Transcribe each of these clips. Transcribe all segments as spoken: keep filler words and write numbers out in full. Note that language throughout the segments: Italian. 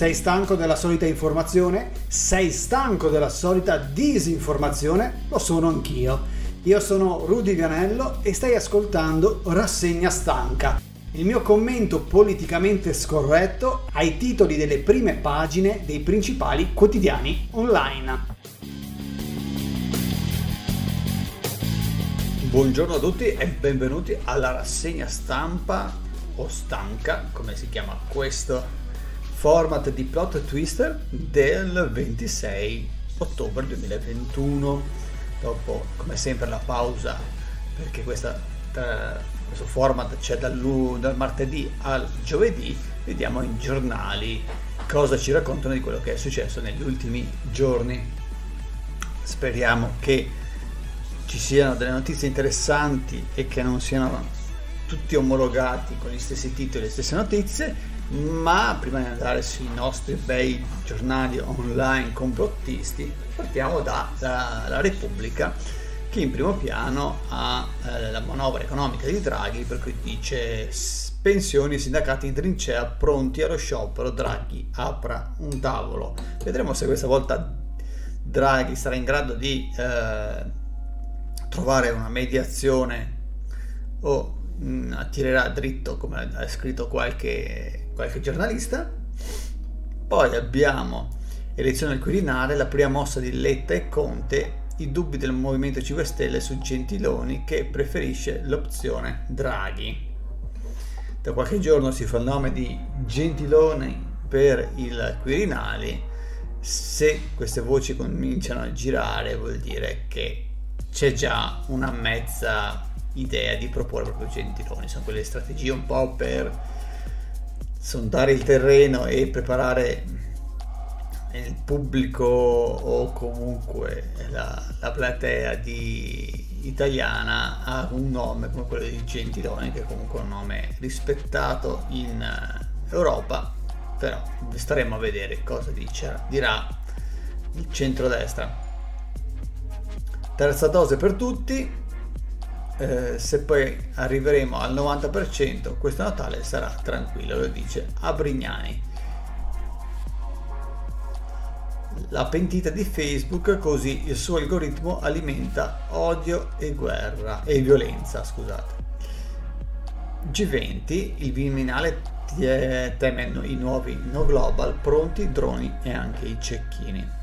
Sei stanco della solita informazione? Sei stanco della solita disinformazione? Lo sono anch'io. Io sono Rudy Vianello e stai ascoltando Rassegna Stanca, il mio commento politicamente scorretto ai titoli delle prime pagine dei principali quotidiani online. Buongiorno a tutti e benvenuti alla rassegna stampa o stanca, come si chiama questo format di plot twister del ventisei ottobre duemilaventuno. Dopo, come sempre, la pausa, perché questa, eh, questo format c'è dal, dal martedì al giovedì. Vediamo in giornali cosa ci raccontano di quello che è successo negli ultimi giorni. Speriamo che ci siano delle notizie interessanti e che non siano tutti omologati con gli stessi titoli e le stesse notizie. Ma prima di andare sui nostri bei giornali online complottisti, partiamo da, da La Repubblica, che in primo piano ha eh, la manovra economica di Draghi, per cui dice: pensioni, sindacati in trincea pronti allo sciopero, Draghi apra un tavolo. Vedremo se questa volta Draghi sarà in grado di eh, trovare una mediazione o mh, attirerà dritto, come ha scritto qualche qualche giornalista. Poi abbiamo elezione al Quirinale, la prima mossa di Letta e Conte, i dubbi del Movimento cinque Stelle su Gentiloni che preferisce l'opzione Draghi. Da qualche giorno si fa il nome di Gentiloni per il Quirinale. Se queste voci cominciano a girare vuol dire che c'è già una mezza idea di proporre proprio Gentiloni. Sono quelle strategie un po' per sondare il terreno e preparare il pubblico o comunque la, la platea di italiana a un nome come quello di Gentiloni, che è comunque un nome rispettato in Europa. Però staremo a vedere cosa dice, dirà il centrodestra. Terza dose per tutti. Eh, se poi arriveremo al novanta per cento questo Natale sarà tranquillo, lo dice Abrignani. La pentita di Facebook, così il suo algoritmo alimenta odio e guerra e violenza, scusate. G venti, il Viminale teme i nuovi no global, pronti droni e anche i cecchini.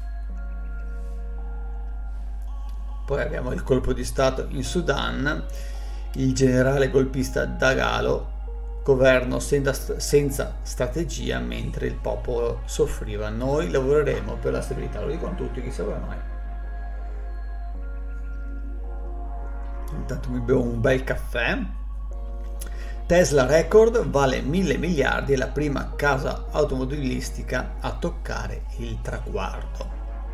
Poi abbiamo il colpo di stato in Sudan, il generale golpista Dagalo, governo senza, senza strategia mentre il popolo soffriva. Noi lavoreremo per la stabilità, lo dicono tutti, chi serve a noi. Intanto mi bevo un bel caffè. Tesla record, vale mille miliardi, è la prima casa automobilistica a toccare il traguardo.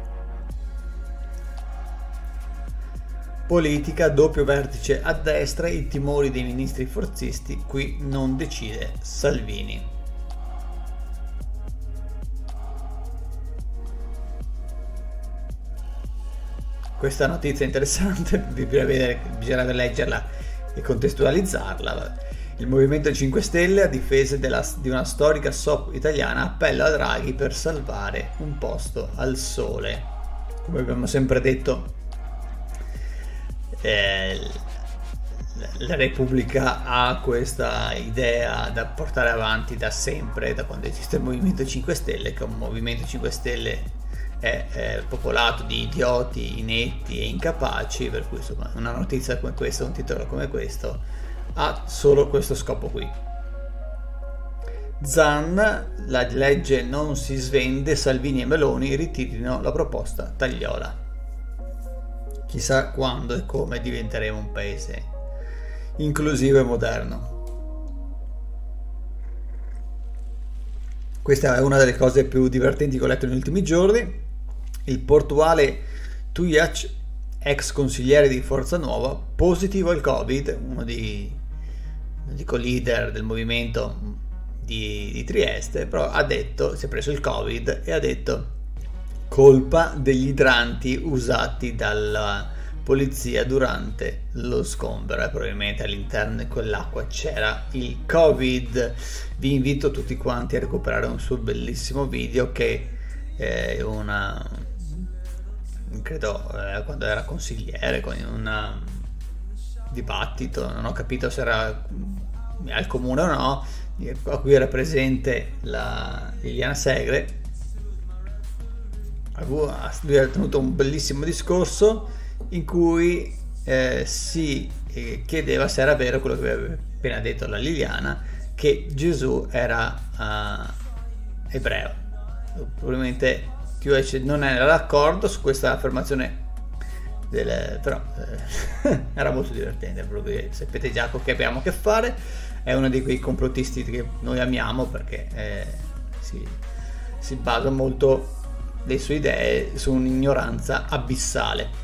Politica, doppio vertice a destra, i timori dei ministri forzisti, qui non decide Salvini. Questa notizia è interessante, bisogna leggerla e contestualizzarla. Il Movimento cinque Stelle, a difesa della, di una storica soap italiana, appella a Draghi per salvare un posto al sole. Come abbiamo sempre detto, Eh, la Repubblica ha questa idea da portare avanti da sempre, da quando esiste il Movimento cinque Stelle, che un Movimento cinque Stelle è, è popolato di idioti, inetti e incapaci, per cui insomma una notizia come questa, un titolo come questo ha solo questo scopo qui. Zan, la legge non si svende, Salvini e Meloni ritirino la proposta Tagliola. Chissà quando e come diventeremo un paese inclusivo e moderno. Questa è una delle cose più divertenti che ho letto negli ultimi giorni. Il portuale Tujac, ex consigliere di Forza Nuova, positivo al Covid, uno dei dico leader del movimento di, di Trieste, però ha detto, si è preso il Covid e ha detto: colpa degli idranti usati dal polizia durante lo sgombero e probabilmente all'interno di quell'acqua c'era il Covid. Vi invito tutti quanti a recuperare un suo bellissimo video che è una, credo eh, quando era consigliere con un dibattito, non ho capito se era al comune o no, a cui era presente la Liliana Segre. Lui ha tenuto un bellissimo discorso in cui eh, si eh, chiedeva se era vero quello che aveva appena detto la Liliana, che Gesù era uh, ebreo. Probabilmente non era d'accordo su questa affermazione del, però eh, era molto divertente, proprio sapete già con che abbiamo a che fare. È uno di quei complottisti che noi amiamo perché eh, si, si basa molto le sue idee su un'ignoranza abissale.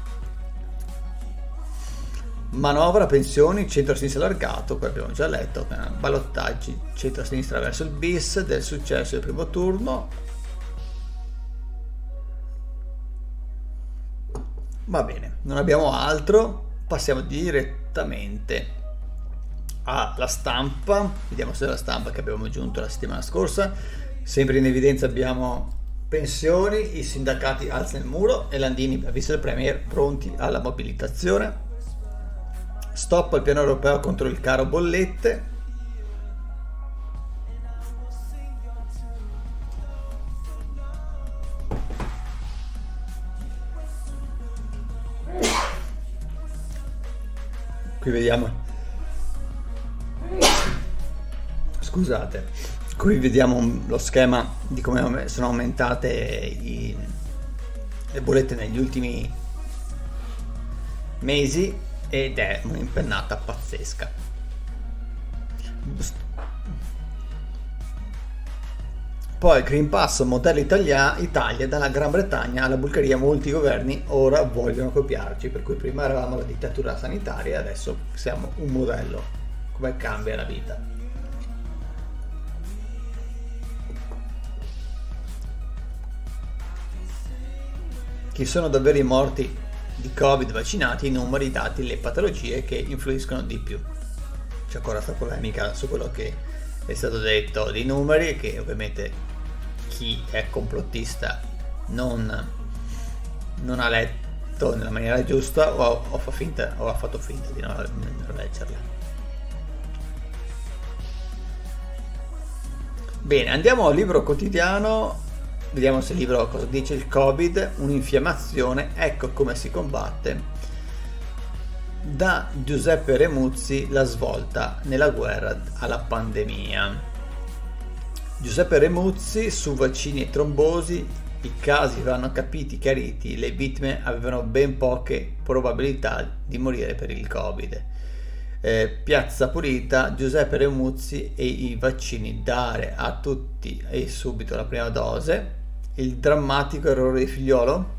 Manovra pensioni centro-sinistra allargato, quello abbiamo già letto, ballottaggi centro-sinistra verso il bis del successo del primo turno. Va bene, non abbiamo altro, passiamo direttamente alla Stampa. Vediamo se è la Stampa che abbiamo aggiunto la settimana scorsa. Sempre in evidenza abbiamo pensioni, i sindacati alzano il muro e Landini avvisa il Premier pronti alla mobilitazione. Stop al piano europeo contro il caro bollette. Qui vediamo, scusate, qui vediamo lo schema di come sono aumentate i, le bollette negli ultimi mesi ed è un'impennata pazzesca. Poi Green Pass modello Italia, Italia dalla Gran Bretagna alla Bulgaria, molti governi ora vogliono copiarci, per cui prima eravamo la dittatura sanitaria, adesso siamo un modello. Come cambia la vita. Chi sono davvero i morti di Covid vaccinati, i numeri, i dati, le patologie che influiscono di più? C'è ancora questa polemica su quello che è stato detto dei numeri, che ovviamente chi è complottista non, non ha letto nella maniera giusta o, o, fa finta, o ha fatto finta di non, non leggerla. Bene, andiamo al libro quotidiano. Vediamo se il libro cosa dice. Il Covid, un'infiammazione, ecco come si combatte. Da Giuseppe Remuzzi, la svolta nella guerra alla pandemia. Giuseppe Remuzzi su vaccini e trombosi, i casi vanno capiti, chiariti, le vittime avevano ben poche probabilità di morire per il Covid. Eh, Piazza Pulita, Giuseppe Remuzzi e i vaccini, dare a tutti e subito la prima dose. Il drammatico errore di Figliuolo.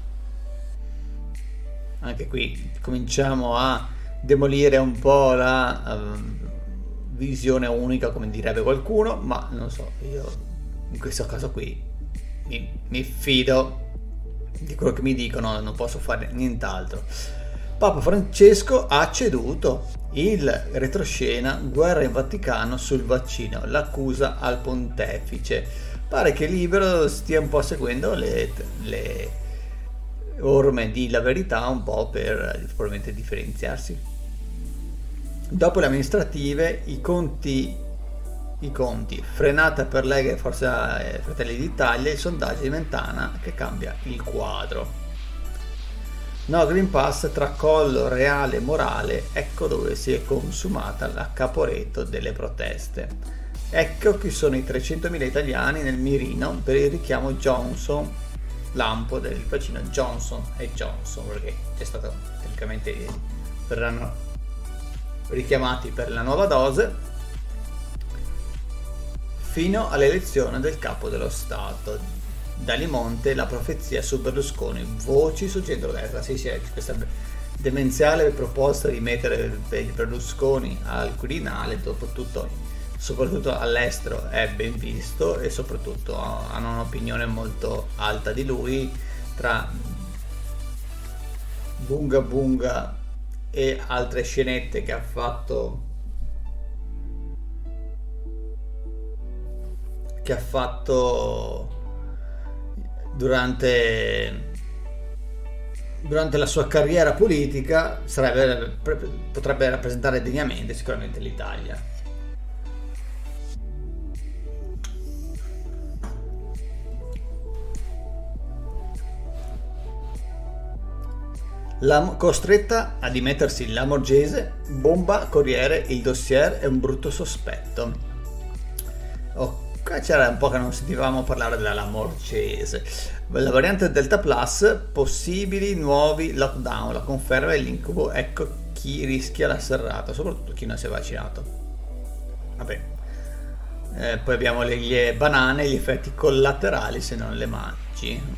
Anche qui cominciamo a demolire un po' la uh, visione unica, come direbbe qualcuno, ma non so, io in questo caso qui mi, mi fido di quello che mi dicono, non posso fare nient'altro. Papa Francesco ha ceduto, il retroscena, guerra in Vaticano sul vaccino, l'accusa al pontefice. Pare che Libero stia un po' seguendo le, le orme di La Verità un po' per probabilmente differenziarsi. Dopo le amministrative, i conti, i conti, frenata per Lega e Forza Fratelli d'Italia, il sondaggio di Mentana che cambia il quadro. No Green Pass, tracollo reale e morale, ecco dove si è consumata la Caporetto delle proteste. Ecco chi sono i trecentomila italiani nel mirino per il richiamo Johnson, lampo del vaccino Johnson e Johnson, perché c'è stato tecnicamente, verranno richiamati per la nuova dose fino all'elezione del capo dello Stato. Dalimonte, la profezia su Berlusconi, voci sul centrodestra. Sì, sì, questa demenziale proposta di mettere Berlusconi al Quirinale, dopo tutto, soprattutto all'estero, è ben visto e soprattutto hanno un'opinione molto alta di lui tra Bunga Bunga e altre scenette che ha fatto che ha fatto durante durante la sua carriera politica sarebbe, potrebbe rappresentare degnamente sicuramente l'Italia. La, costretta a dimettersi il Lamorgese, bomba Corriere, il dossier è un brutto sospetto. Oh, c'era un po' che non sentivamo parlare della Lamorgese. La variante Delta Plus, possibili nuovi lockdown, la conferma e l'incubo, ecco chi rischia la serrata, soprattutto chi non si è vaccinato. Vabbè. Eh, poi abbiamo le, le banane, gli effetti collaterali se non le mangi.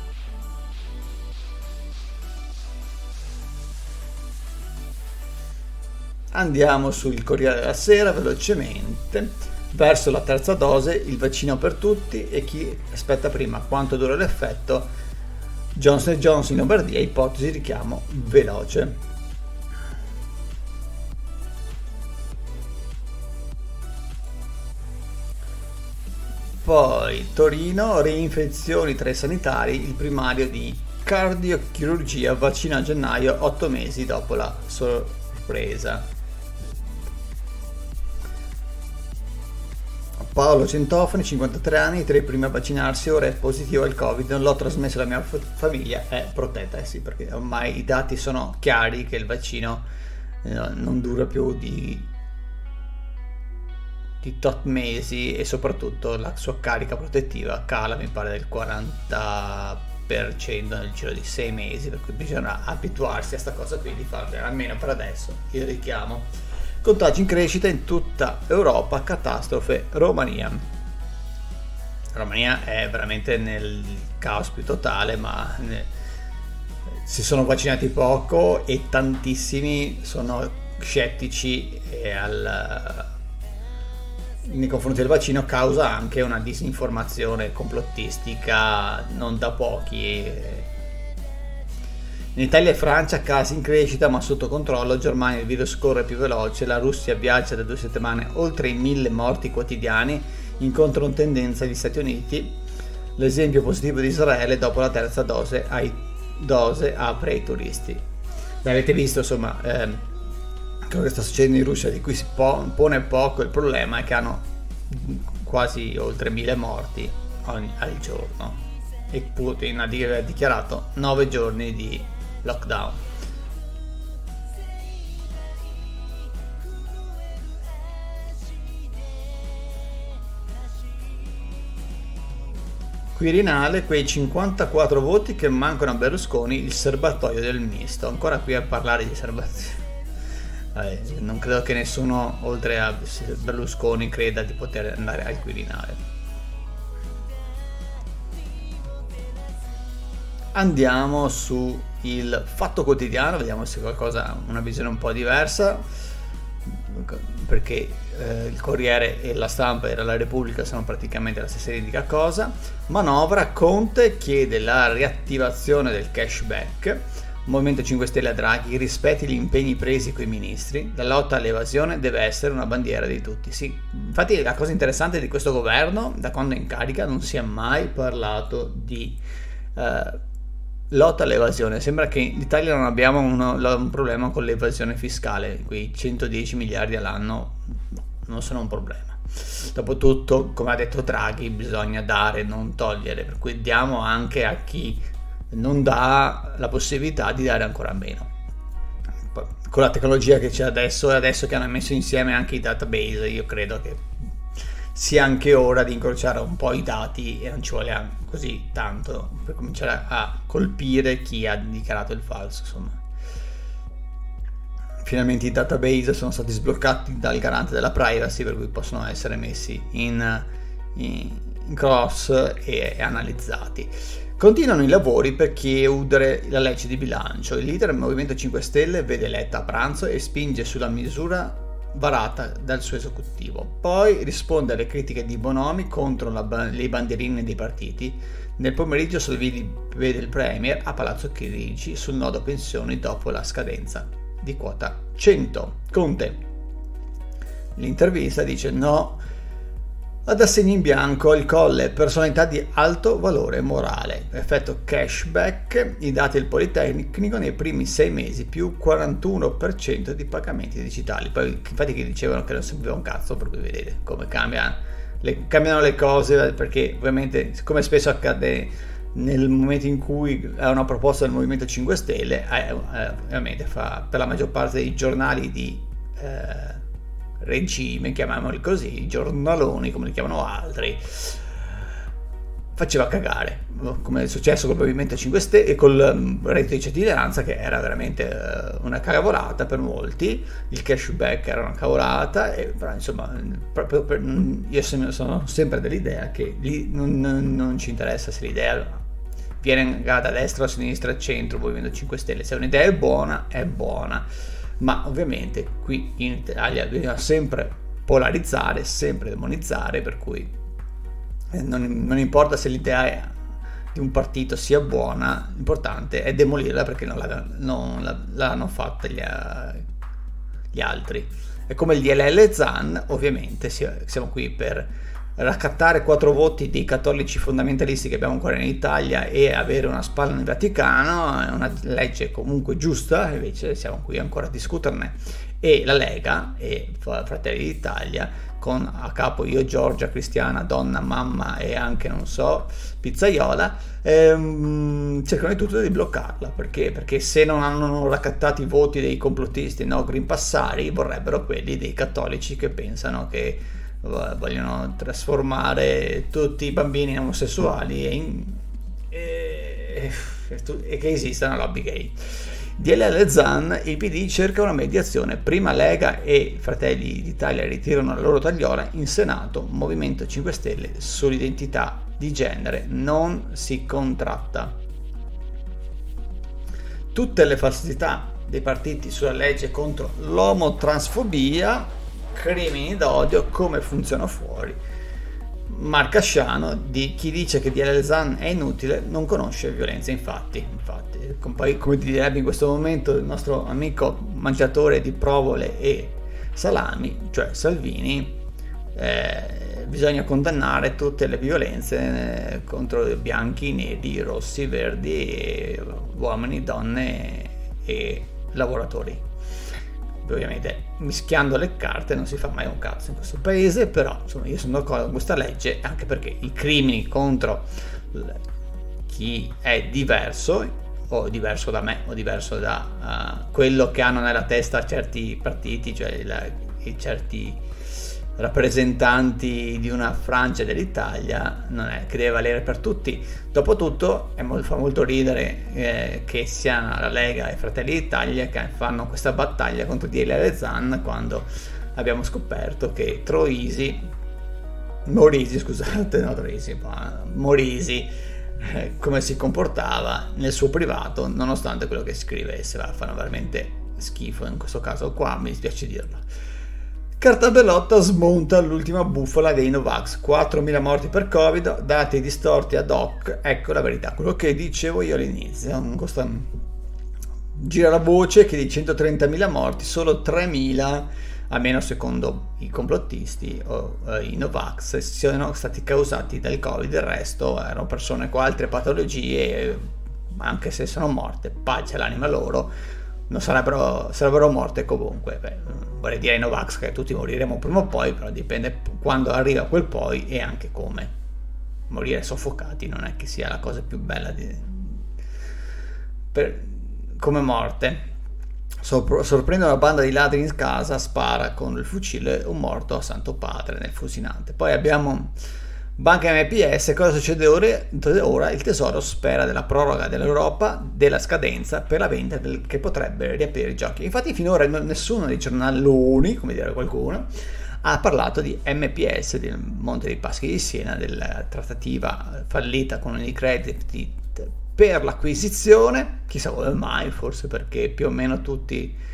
Andiamo sul Corriere della Sera velocemente. Verso la terza dose, il vaccino per tutti e chi aspetta prima quanto dura l'effetto. Johnson and Johnson in Lombardia, ipotesi richiamo veloce. Poi Torino, reinfezioni tra i sanitari, il primario di cardiochirurgia vaccina a gennaio, otto mesi dopo la sorpresa. Paolo Centofani, cinquantatré anni, tra i primi a vaccinarsi, ora è positivo al Covid, non l'ho trasmesso alla mia f- famiglia, è protetta, eh sì, perché ormai i dati sono chiari che il vaccino eh, non dura più di, di tot mesi e soprattutto la sua carica protettiva cala, mi pare, del quaranta per cento nel giro di sei mesi, per cui bisogna abituarsi a sta cosa qui, di farlo, almeno per adesso, il richiamo. Contagi in crescita in tutta Europa, catastrofe Romania. Romania è veramente nel caos più totale, ma ne... si sono vaccinati poco e tantissimi sono scettici e al... nei confronti del vaccino, causa anche una disinformazione complottistica non da pochi. In Italia e Francia casi in crescita ma sotto controllo, Germania il virus corre più veloce, la Russia viaggia da due settimane oltre i mille morti quotidiani, in controtendenza gli Stati Uniti, l'esempio positivo di Israele dopo la terza dose, ai, dose apre ai turisti. L'avete visto, insomma, ehm, quello che sta succedendo in Russia, di cui si po- pone poco, il problema è che hanno quasi oltre mille morti ogni, al giorno e Putin ha dichiarato nove giorni di lockdown. Quirinale, quei cinquantaquattro voti che mancano a Berlusconi, il serbatoio del misto. Ancora qui a parlare di serbatoio. Vabbè, non credo che nessuno oltre a Berlusconi creda di poter andare al Quirinale. Andiamo su il Fatto Quotidiano, vediamo se qualcosa, una visione un po' diversa, perché eh, il Corriere e la Stampa e la Repubblica sono praticamente la stessa identica cosa. Manovra, Conte chiede la riattivazione del cashback, Movimento cinque Stelle a Draghi, rispetti gli impegni presi coi ministri, la lotta all'evasione deve essere una bandiera di tutti. Sì, infatti la cosa interessante di questo governo, da quando è in carica, non si è mai parlato di eh, lotta all'evasione. Sembra che in Italia non abbiamo uno, un problema con l'evasione fiscale, quei centodieci miliardi all'anno non sono un problema. Dopotutto, come ha detto Draghi, bisogna dare, non togliere, per cui diamo anche a chi non dà la possibilità di dare ancora meno. Con la tecnologia che c'è adesso e adesso che hanno messo insieme anche i database, io credo che sia anche ora di incrociare un po' i dati e non ci vuole così tanto per cominciare a colpire chi ha dichiarato il falso. Insomma, finalmente i database sono stati sbloccati dal garante della privacy, per cui possono essere messi in, in, in cross e, e analizzati. Continuano i lavori per chiudere la legge di bilancio. Il leader del Movimento cinque Stelle vede Letta a pranzo e spinge sulla misura varata dal suo esecutivo. Poi risponde alle critiche di Bonomi contro la, le bandierine dei partiti. Nel pomeriggio Salvini vede il Premier a Palazzo Chigi sul nodo pensioni dopo la scadenza di quota cento. Conte, l'intervista, dice no ad assegni in bianco, il Colle, personalità di alto valore morale, effetto cashback, i dati del Politecnico nei primi sei mesi più quarantuno per cento di pagamenti digitali. Poi infatti che dicevano che non serviva un cazzo, per cui vedete come cambia, le, cambiano le cose, perché ovviamente, come spesso accade nel momento in cui è una proposta del Movimento cinque Stelle, eh, eh, ovviamente fa per la maggior parte dei giornali di eh, regime, chiamiamoli così, giornaloni come li chiamano altri, faceva cagare, come è successo col Movimento cinque Stelle e col reddito di cittadinanza, che era veramente una cavolata per molti, il cashback era una cavolata, e, però insomma proprio per, io sono sempre dell'idea che lì non, non, non ci interessa se l'idea viene da destra, a sinistra, a centro, Movimento cinque Stelle, se un'idea è buona è buona. Ma ovviamente qui in Italia bisogna sempre polarizzare, sempre demonizzare, per cui non, non importa se l'idea è, di un partito sia buona, l'importante è demolirla perché non, la, non la, l'hanno fatta gli, gli altri. È come il D L L Zan, ovviamente siamo qui per raccattare quattro voti dei cattolici fondamentalisti che abbiamo ancora in Italia e avere una spalla nel Vaticano, è una legge comunque giusta, invece siamo qui ancora a discuterne. E la Lega e Fratelli d'Italia, con a capo io, Giorgia, Cristiana, Donna, Mamma e anche, non so, Pizzaiola, ehm, cercano di tutto di bloccarla, perché? Perché se non hanno raccattato i voti dei complottisti, no, grimpassari, vorrebbero quelli dei cattolici che pensano che vogliono trasformare tutti i bambini omosessuali e, in, e, e che esista una lobby gay. D L L Zan, il P D cerca una mediazione, prima Lega e Fratelli d'Italia ritirano la loro tagliola, in Senato Movimento cinque Stelle sull'identità di genere non si contratta. Tutte le falsità dei partiti sulla legge contro l'omotransfobia, crimini d'odio, come funziona fuori. Marcasciano, di chi dice che D L L Zan è inutile non conosce violenza. Infatti, infatti poi, come direbbe in questo momento il nostro amico mangiatore di provole e salami, cioè Salvini, eh, bisogna condannare tutte le violenze eh, contro bianchi, neri, rossi, verdi, e uomini, donne e lavoratori. Ovviamente mischiando le carte non si fa mai un cazzo in questo paese, però insomma io sono d'accordo con questa legge, anche perché i crimini contro chi è diverso o diverso da me o diverso da uh, quello che hanno nella testa certi partiti, cioè la, i certi rappresentanti di una Francia dell'Italia, non è che deve valere per tutti. Dopotutto è molto, fa molto ridere eh, che sia la Lega e Fratelli d'Italia che fanno questa battaglia contro D L L Zan, quando abbiamo scoperto che Troisi Morisi, scusate, no Troisi, ma Morisi eh, come si comportava nel suo privato, nonostante quello che scrivesse. Fanno veramente schifo in questo caso qua, mi dispiace dirlo. Cartabellotta smonta l'ultima bufala dei Novax, quattromila morti per Covid, dati distorti ad hoc, ecco la verità, quello che dicevo io all'inizio. Costa... gira la voce che di centotrentamila morti solo tremila, almeno secondo i complottisti o eh, i Novax, siano stati causati dal Covid, il resto erano persone con altre patologie, anche se sono morte, pace all'anima loro, non sarebbero, sarebbero morte comunque. Beh, vorrei dire ai Novax che tutti moriremo prima o poi, però dipende quando arriva quel poi e anche come. Morire soffocati non è che sia la cosa più bella di... per... come morte. Sor- sorprende una banda di ladri in casa, spara con il fucile un morto a Santo Padre nel fusilante. Poi abbiamo Banca M P S, cosa succede ora? Ora il Tesoro spera della proroga dell'Europa della scadenza per la vendita del, che potrebbe riaprire i giochi. Infatti finora nessuno dei giornaloni, come dire qualcuno, ha parlato di M P S, del Monte dei Paschi di Siena, della trattativa fallita con Unicredit per l'acquisizione, chissà come mai, forse perché più o meno tutti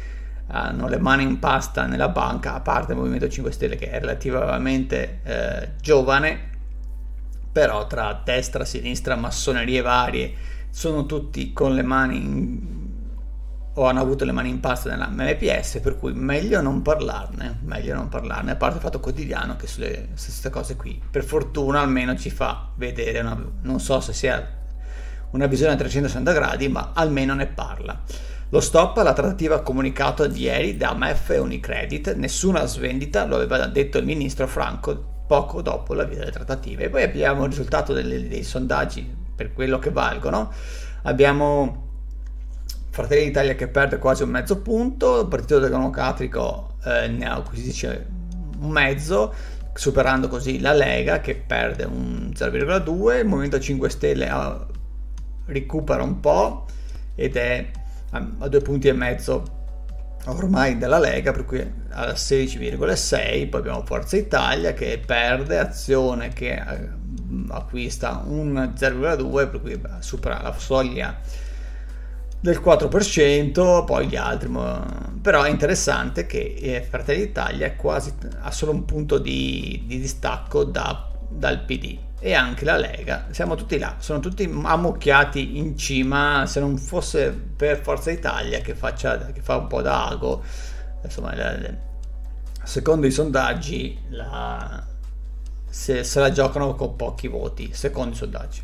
hanno le mani in pasta nella banca, a parte il Movimento cinque Stelle che è relativamente eh, giovane, però tra destra, sinistra, massonerie varie, sono tutti con le mani in, o hanno avuto le mani in pasta nella M P S, per cui meglio non parlarne, meglio non parlarne, a parte il Fatto Quotidiano che sulle queste cose qui, per fortuna almeno ci fa vedere, una, non so se sia una visione a trecentosessanta gradi, ma almeno ne parla. Lo stop alla trattativa comunicato di ieri da M E F e Unicredit, nessuna svendita, lo aveva detto il ministro Franco poco dopo l'avvio delle trattative. E poi abbiamo il risultato dei, dei sondaggi per quello che valgono. Abbiamo Fratelli d'Italia che perde quasi un mezzo punto, il Partito Democratico eh, ne acquisisce un mezzo, superando così la Lega che perde un zero virgola due, il Movimento cinque Stelle ha, recupera un po' ed è a, a due punti e mezzo ormai dalla Lega, per cui al sedici virgola sei. Poi abbiamo Forza Italia che perde, Azione che acquista un zero virgola due, per cui supera la soglia del quattro per cento, poi gli altri, però è interessante che Fratelli d'Italia è quasi ha solo un punto di, di distacco da, dal P D, e anche la Lega, siamo tutti là, sono tutti ammucchiati in cima. Se non fosse per Forza Italia che, faccia, che fa un po' da ago, insomma, la, la, secondo i sondaggi la, se, se la giocano con pochi voti, secondo i sondaggi.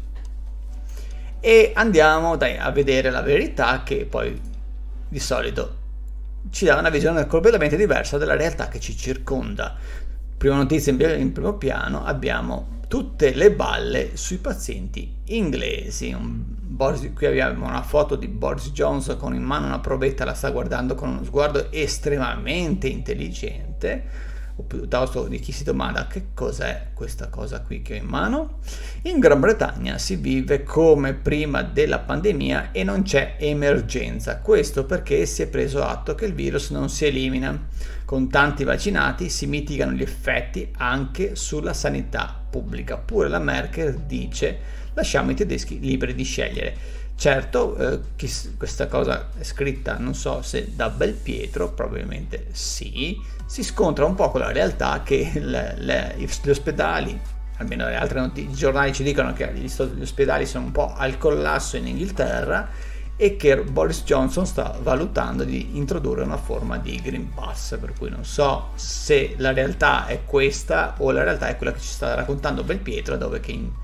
E andiamo dai, a vedere la verità, che poi di solito ci dà una visione completamente diversa della realtà che ci circonda. Prima notizia in, in primo piano, abbiamo tutte le balle sui pazienti inglesi. Un Boris, qui abbiamo una foto di Boris Johnson con in mano una provetta, la sta guardando con uno sguardo estremamente intelligente, o piuttosto di chi si domanda che cos'è questa cosa qui che ho in mano. In Gran Bretagna si vive come prima della pandemia e non c'è emergenza, questo perché si è preso atto che il virus non si elimina. Con tanti vaccinati si mitigano gli effetti anche sulla sanità pubblica. Pure la Merkel dice lasciamo i tedeschi liberi di scegliere. Certo, eh, chi, questa cosa è scritta non so se da Belpietro, probabilmente sì, si scontra un po' con la realtà che le, le, gli ospedali, almeno le altre notizie, i giornali ci dicono che gli, gli ospedali sono un po' al collasso in Inghilterra e che Boris Johnson sta valutando di introdurre una forma di Green Pass, per cui non so se la realtà è questa o la realtà è quella che ci sta raccontando Belpietro, dove che in,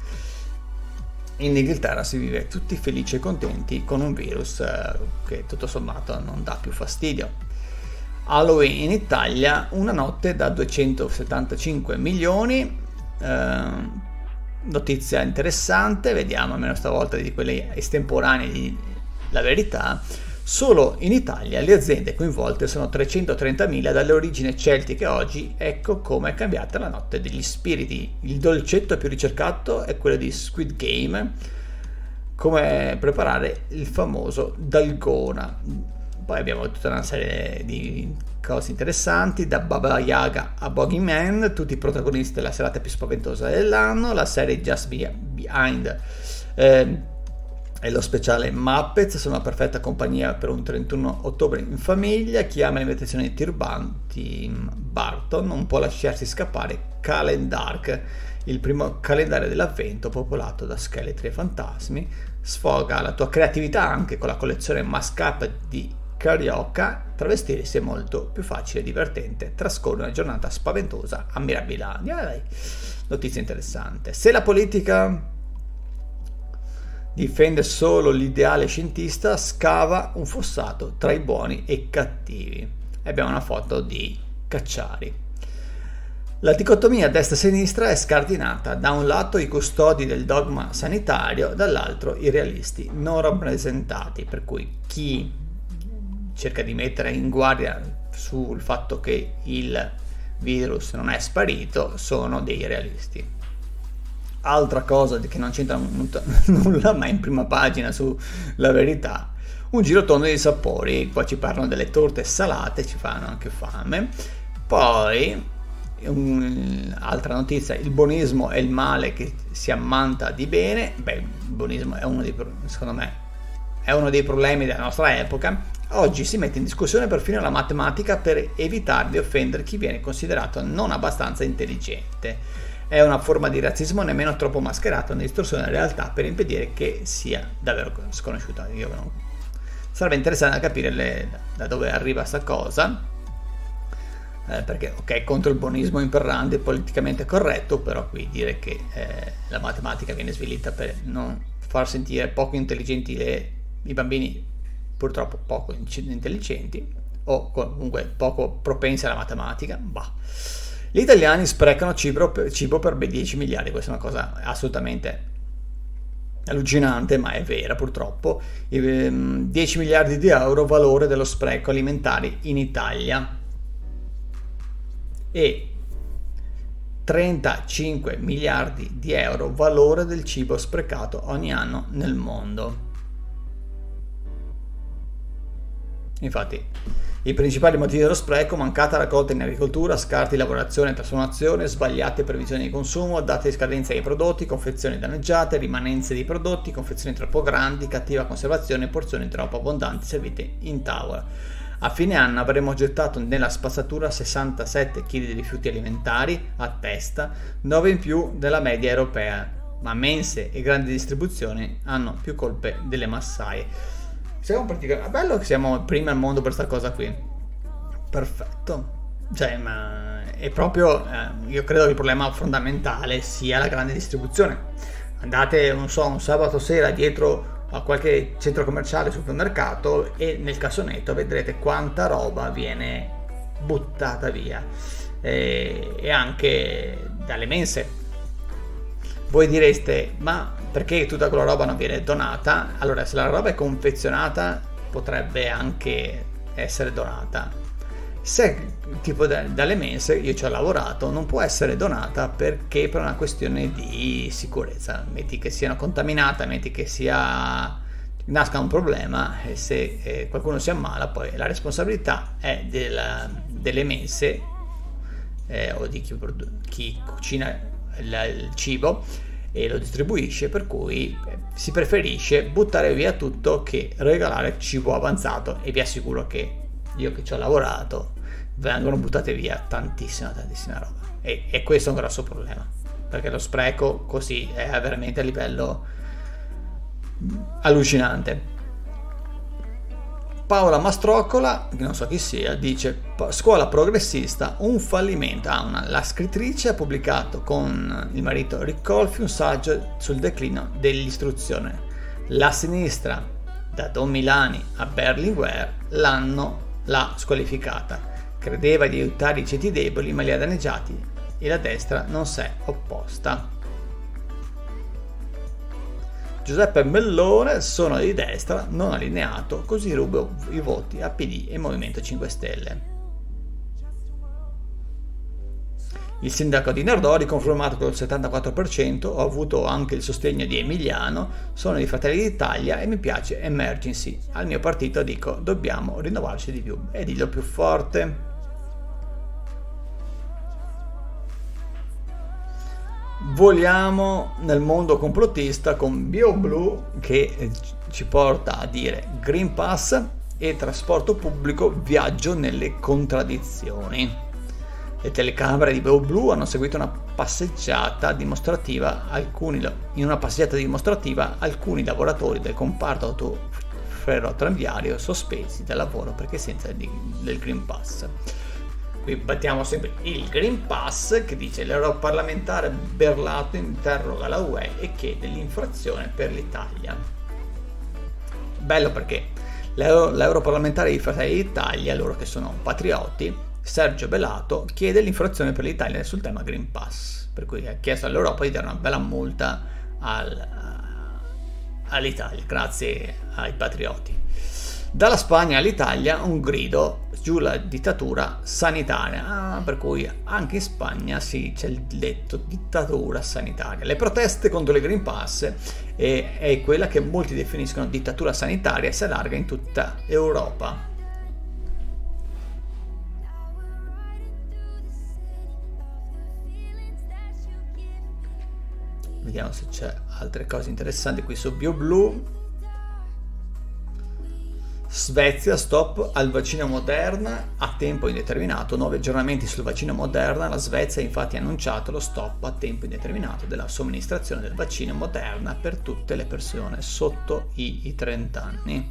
in Inghilterra si vive tutti felici e contenti con un virus eh, che tutto sommato non dà più fastidio. Halloween in Italia, una notte da duecentosettantacinque milioni, eh, notizia interessante, vediamo almeno stavolta di quelle estemporanee di La Verità. Solo in Italia le aziende coinvolte sono trecentotrentamila dalle origini celtiche oggi, ecco come è cambiata la notte degli spiriti. Il dolcetto più ricercato è quello di Squid Game, come preparare il famoso dalgona. Poi abbiamo tutta una serie di cose interessanti, da Baba Yaga a Bogeyman, tutti i protagonisti della serata più spaventosa dell'anno, la serie Just Behind eh, e lo speciale Muppets sono una perfetta compagnia per un trentuno ottobre in famiglia. Chi ama le meditazioni di Tim Burton non può lasciarsi scappare Calendark, il primo calendario dell'avvento popolato da scheletri e fantasmi. Sfoga la tua creatività anche con la collezione Mask Up di Carioca, travestirsi è molto più facile e divertente, trascorre una giornata spaventosa a Mirabilandia. Notizia interessante. Se la politica difende solo l'ideale scientista, scava un fossato tra i buoni e i cattivi. E abbiamo una foto di Cacciari. La dicotomia destra-sinistra è scardinata, da un lato i custodi del dogma sanitario, dall'altro i realisti non rappresentati, per cui chi cerca di mettere in guardia sul fatto che il virus non è sparito sono dei realisti. Altra cosa che non c'entra nulla, ma in prima pagina su La Verità, un girotondo di sapori. Qua ci parlano delle torte salate, ci fanno anche fame. Poi un, altra notizia, il buonismo è il male che si ammanta di bene. Beh, il buonismo è uno dei, secondo me è uno dei problemi della nostra epoca, oggi si mette in discussione perfino la matematica per evitare di offendere chi viene considerato non abbastanza intelligente. È una forma di razzismo nemmeno troppo mascherata, una distorsione della realtà per impedire che sia davvero sconosciuta. Io non... Sarebbe interessante capire le... da dove arriva questa cosa, eh, perché ok, contro il buonismo imperante è politicamente corretto, però qui dire che eh, la matematica viene svilita per non far sentire poco intelligenti le... i bambini, purtroppo poco intelligenti, o comunque poco propensi alla matematica, bah. Gli italiani sprecano cibo per, cibo per ben dieci miliardi, questa è una cosa assolutamente allucinante, ma è vera purtroppo. dieci miliardi di euro valore dello spreco alimentare in Italia e trentacinque miliardi di euro valore del cibo sprecato ogni anno nel mondo. Infatti, i principali motivi dello spreco: mancata raccolta in agricoltura, scarti di lavorazione e trasformazione, sbagliate previsioni di consumo, date di scadenza ai prodotti, confezioni danneggiate, rimanenze di prodotti, confezioni troppo grandi, cattiva conservazione, porzioni troppo abbondanti servite in tavola. A fine anno avremo gettato nella spazzatura sessantasette chili di rifiuti alimentari a testa, nove in più della media europea, ma mense e grandi distribuzioni hanno più colpe delle massaie. Siamo praticamente... È bello che siamo primi al mondo per questa cosa qui. Perfetto. Cioè, ma è proprio... Eh, io credo che il problema fondamentale sia la grande distribuzione. Andate, non so, un sabato sera dietro a qualche centro commerciale, supermercato, e nel cassonetto vedrete quanta roba viene buttata via. E, e anche dalle mense. Voi direste, ma perché tutta quella roba non viene donata? Allora, se la roba è confezionata potrebbe anche essere donata. Se tipo da, dalle mense, io ci ho lavorato, non può essere donata perché per una questione di sicurezza. Metti che siano contaminate, metti che sia nasca un problema, e se eh, qualcuno si ammala, poi la responsabilità è della, delle mense eh, o di chi, chi cucina il cibo e lo distribuisce, per cui si preferisce buttare via tutto che regalare cibo avanzato, e vi assicuro che io che ci ho lavorato vengono buttate via tantissima tantissima roba, e, e questo è un grosso problema, perché lo spreco così è veramente a livello allucinante. Paola Mastroccola, che non so chi sia, dice: scuola progressista, un fallimento. Ah, una, la scrittrice ha pubblicato con il marito Rick Colfi un saggio sul declino dell'istruzione. La sinistra, da Don Milani a Berlinguer, l'hanno l'ha squalificata. Credeva di aiutare i ceti deboli, ma li ha danneggiati, e la destra non si è opposta. Giuseppe Mellone: sono di destra, non allineato, così rubo i voti a P D e Movimento cinque Stelle. Il sindaco di Nardò, riconfermato col settantaquattro per cento, ho avuto anche il sostegno di Emiliano, sono di Fratelli d'Italia e mi piace Emergency. Al mio partito dico: dobbiamo rinnovarci di più, e dillo più forte. Voliamo nel mondo complottista con BioBlue, che ci porta a dire Green Pass e trasporto pubblico, viaggio nelle contraddizioni. Le telecamere di BioBlue hanno seguito una passeggiata dimostrativa alcuni, in una passeggiata dimostrativa alcuni lavoratori del comparto autoferroviario sospesi dal lavoro perché senza il, del Green Pass. Qui battiamo sempre il Green Pass, che dice: l'europarlamentare Berlato interroga la U E e chiede l'infrazione per l'Italia. Bello, perché l'europarlamentare di Fratelli d'Italia, loro che sono patrioti, Sergio Bellato, chiede l'infrazione per l'Italia sul tema Green Pass, per cui ha chiesto all'Europa di dare una bella multa al, all'Italia, grazie ai patrioti. Dalla Spagna all'Italia un grido: giù la dittatura sanitaria. Ah, per cui anche in Spagna sì, c'è il detto dittatura sanitaria. Le proteste contro il Green Pass è, è quella che molti definiscono dittatura sanitaria e si allarga in tutta Europa. Vediamo se c'è altre cose interessanti qui su BioBlue. Svezia, stop al vaccino Moderna a tempo indeterminato, nuovi aggiornamenti sul vaccino Moderna. La Svezia infatti ha annunciato lo stop a tempo indeterminato della somministrazione del vaccino Moderna per tutte le persone sotto i, i trenta anni.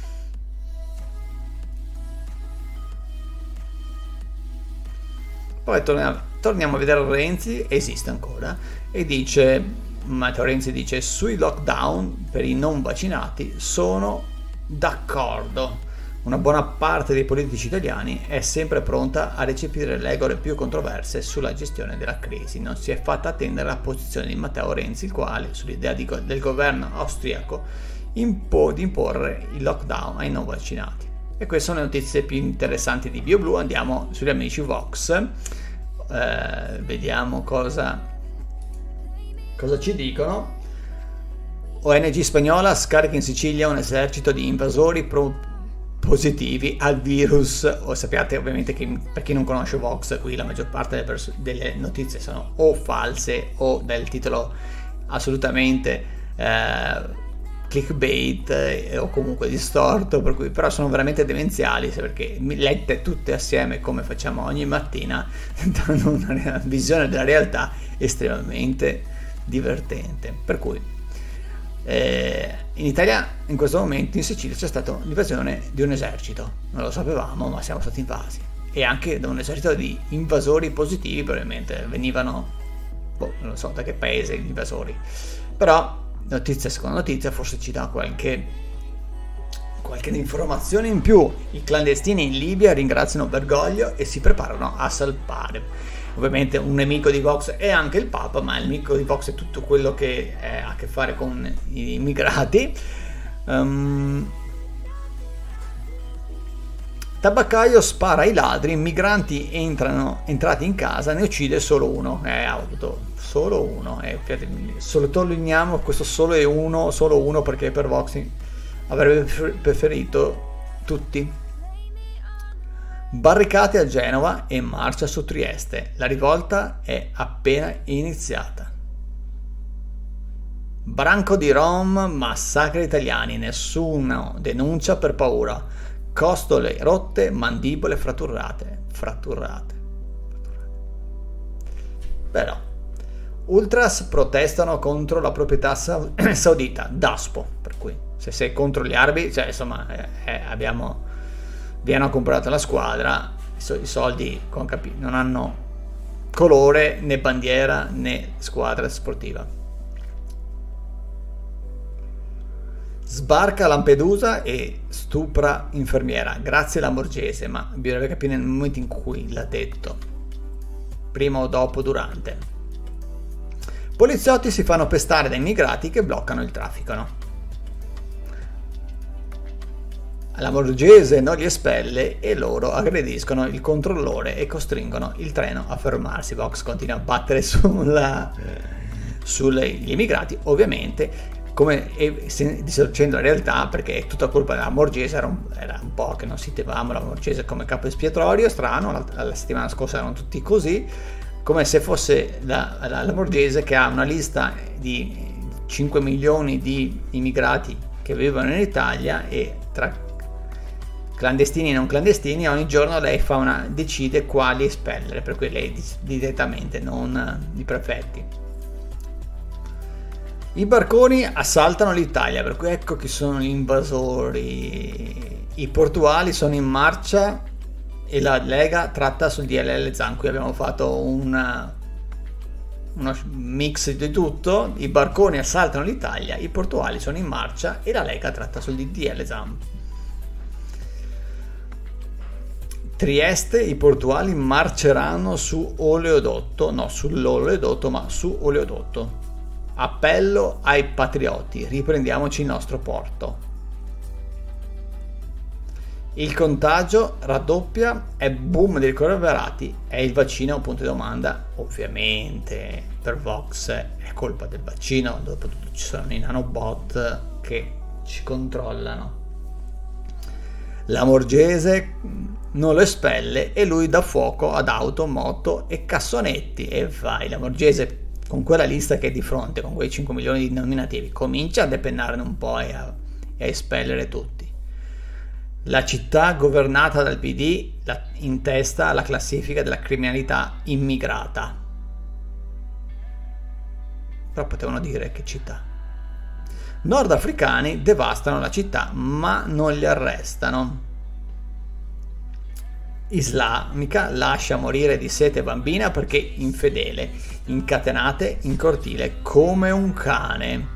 Poi torniamo, torniamo a vedere Renzi, esiste ancora, e dice, Matteo Renzi dice, sui lockdown per i non vaccinati sono d'accordo. Una buona parte dei politici italiani è sempre pronta a recepire le regole più controverse sulla gestione della crisi. Non si è fatta attendere la posizione di Matteo Renzi, il quale, sull'idea di, del governo austriaco, impo, di imporre il lockdown ai non vaccinati. E queste sono le notizie più interessanti di BioBlue. Andiamo sugli amici Vox, eh, vediamo cosa, cosa ci dicono. O N G spagnola scarica in Sicilia un esercito di invasori pro- positivi al virus. O sappiate ovviamente che, per chi non conosce Vox, qui la maggior parte delle, pers- delle notizie sono o false o del titolo assolutamente eh, clickbait eh, o comunque distorto, per cui però sono veramente demenziali, perché lette tutte assieme come facciamo ogni mattina danno una visione della realtà estremamente divertente. Per cui Eh, in Italia in questo momento, in Sicilia, c'è stata l'invasione di un esercito, non lo sapevamo, ma siamo stati invasi, e anche da un esercito di invasori positivi, probabilmente venivano, boh, non lo so da che paese gli invasori, però notizia seconda notizia forse ci dà qualche qualche informazione in più. I clandestini in Libia ringraziano Bergoglio e si preparano a salpare. Ovviamente un nemico di Vox è anche il Papa, ma il nemico di Vox è tutto quello che è, ha a che fare con i immigrati. Um, tabaccaio spara ai ladri, migranti entrano, entrati in casa, ne uccide solo uno. Eh, ha avuto solo uno. Eh, sottolineiamo questo solo e uno, solo uno, perché per Vox avrebbe preferito tutti. Barricate a Genova e marcia su Trieste. La rivolta è appena iniziata. Branco di Rom massacra italiani, nessuno denuncia per paura. Costole rotte, mandibole fratturate. Fratturate. Però ultras protestano contro la proprietà saudita, Daspo, per cui se sei contro gli arabi, cioè insomma eh, eh, abbiamo vi hanno comprato la squadra, i soldi con capi- non hanno colore né bandiera né squadra sportiva. Sbarca a Lampedusa e stupra infermiera, grazie Lamorgese, ma bisogna capire nel momento in cui l'ha detto, prima o dopo, durante. Poliziotti si fanno pestare da immigrati che bloccano il traffico, no? La Lamorgese non li espelle e loro aggrediscono il controllore e costringono il treno a fermarsi. Vox continua a battere sulla, sugli immigrati, ovviamente, come distorcendo la realtà, perché è tutta colpa della Lamorgese. Era un, era un po' che non sentivamo la Lamorgese come capo espiatorio, strano, la, la settimana scorsa erano tutti così, come se fosse la, la Lamorgese che ha una lista di cinque milioni di immigrati che vivono in Italia, e tra clandestini e non clandestini ogni giorno lei fa una, decide quali espellere, per cui lei direttamente, non i prefetti. I barconi assaltano l'Italia, per cui ecco chi sono gli invasori. I portuali sono in marcia e la Lega tratta sul D L L Zan. Qui abbiamo fatto un uno mix di tutto. I barconi assaltano l'Italia, i portuali sono in marcia e la Lega tratta sul D L Zan. Trieste, i portuali marceranno su oleodotto, no sull'oleodotto ma su oleodotto. Appello ai patrioti, riprendiamoci il nostro porto. Il contagio raddoppia, è boom dei ricoverati, è il vaccino, punto di domanda. Ovviamente per Vox è colpa del vaccino, dopotutto ci sono i nanobot che ci controllano. Lamorgese non lo espelle e lui dà fuoco ad auto, moto e cassonetti, e vai, Lamorgese con quella lista che è di fronte, con quei cinque milioni di nominativi, comincia a depennarne un po' e a, e a espellere tutti. La città governata dal P D in testa alla classifica della criminalità immigrata. Però potevano dire che città. Nordafricani devastano la città ma non li arrestano. Islamica lascia morire di sete bambina perché infedele, incatenate in cortile come un cane.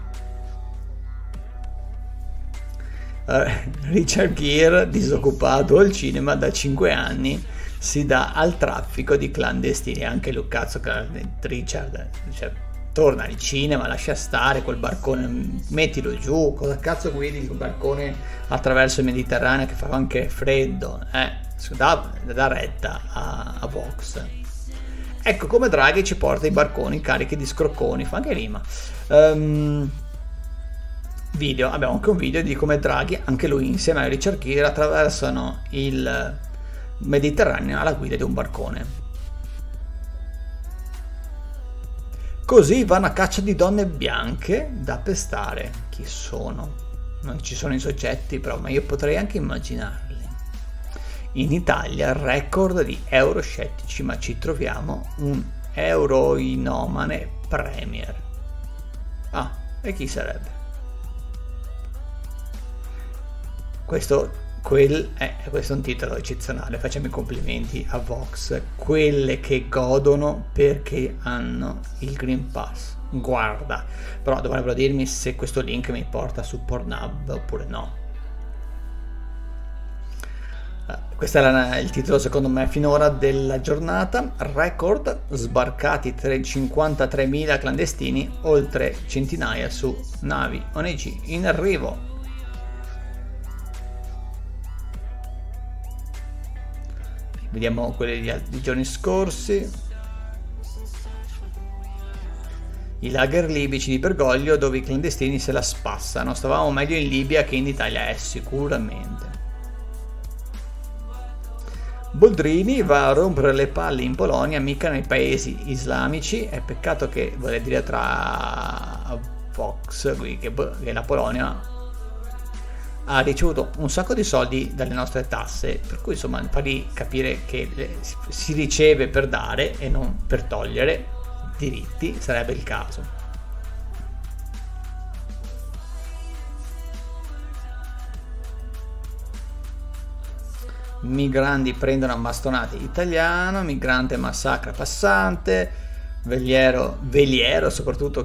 Uh, Richard Gere, disoccupato al cinema da cinque anni, si dà al traffico di clandestini. Anche lui, cazzo, Richard, cioè, torna al cinema, lascia stare quel barcone, mettilo giù, cosa cazzo guidi il barcone attraverso il Mediterraneo che fa anche freddo, eh? Da, da retta a, a Vox. Ecco come Draghi ci porta i barconi carichi di scrocconi, fa anche rima. Um, video, abbiamo anche un video di come Draghi, anche lui insieme a Richard Gere, attraversano il Mediterraneo alla guida di un barcone. Così vanno a caccia di donne bianche da pestare. Chi sono? Non ci sono i soggetti, però, ma io potrei anche immaginarli. In Italia record di euroscettici, ma ci troviamo un euroinomane premier. Ah, e chi sarebbe? Questo, quel, eh, questo è un titolo eccezionale, facciamo i complimenti a Vox. Quelle che godono perché hanno il Green Pass. Guarda, però dovrebbero dirmi se questo link mi porta su Pornhub oppure no. Questo era il titolo secondo me finora della giornata. Record, sbarcati cinquantatremila clandestini, oltre centinaia su navi O N G in arrivo. Vediamo quelli dei giorni scorsi. I lager libici di Bergoglio dove i clandestini se la spassano. Stavamo meglio in Libia che in Italia, eh, sicuramente. Boldrini va a rompere le palle in Polonia, mica nei paesi islamici. È peccato che, vorrei dire, tra Vox qui, che, che la Polonia ha ricevuto un sacco di soldi dalle nostre tasse, per cui insomma fargli capire che si riceve per dare e non per togliere diritti sarebbe il caso. Migranti prendono a bastonate italiano, migrante massacra passante, veliero, veliero soprattutto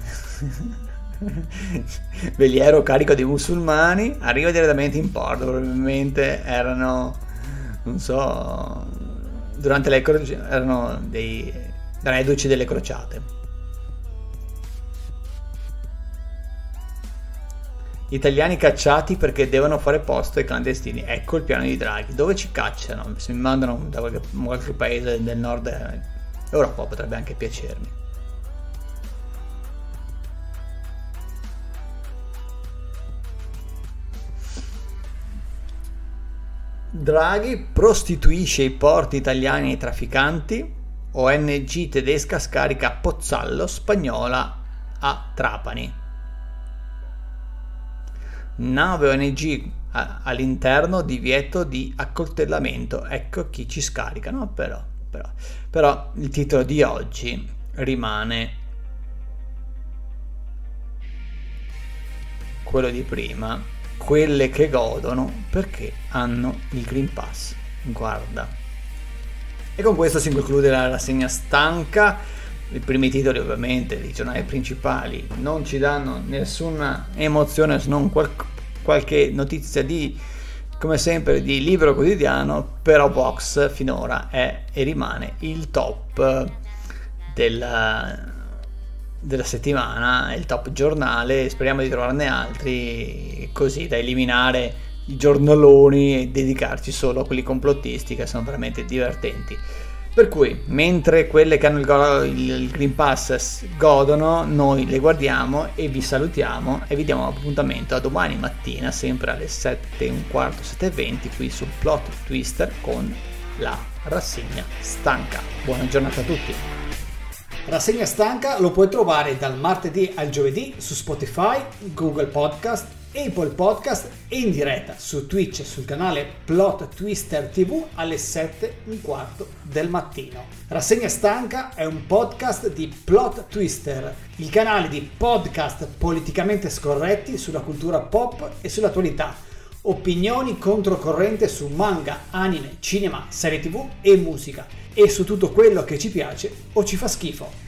veliero carico di musulmani, arriva direttamente in porto, probabilmente erano, non so, durante le crociate, erano dei reduci delle crociate. Italiani cacciati perché devono fare posto ai clandestini. Ecco il piano di Draghi. Dove ci cacciano? Se mi mandano da qualche, qualche paese del nord Europa potrebbe anche piacermi. Draghi prostituisce i porti italiani ai trafficanti. O N G tedesca scarica Pozzallo, spagnola a Trapani. Nave O N G all'interno, divieto di accoltellamento. Ecco chi ci scarica, no? Però, però, però il titolo di oggi rimane quello di prima. Quelle che godono perché hanno il Green Pass. Guarda. E con questo si conclude la rassegna stanca. I primi titoli ovviamente dei giornali principali non ci danno nessuna emozione se non qual- qualche notizia di, come sempre, di Libero Quotidiano, però Vox finora è e rimane il top della, della settimana, il top giornale. Speriamo di trovarne altri così da eliminare i giornaloni e dedicarci solo a quelli complottisti che sono veramente divertenti. Per cui, mentre quelle che hanno il, il Green Pass godono, noi le guardiamo e vi salutiamo e vi diamo appuntamento a domani mattina, sempre alle sette e un quarto, sette e venti, qui su Plot Twister con la rassegna stanca. Buona giornata a tutti. Rassegna stanca lo puoi trovare dal martedì al giovedì su Spotify, Google Podcast, Apple Podcast e in diretta su Twitch sul canale Plot Twister tivù alle sette e un quarto del mattino. Rassegna Stanca è un podcast di Plot Twister, il canale di podcast politicamente scorretti sulla cultura pop e sull'attualità. Opinioni controcorrente su manga, anime, cinema, serie tivù e musica e su tutto quello che ci piace o ci fa schifo.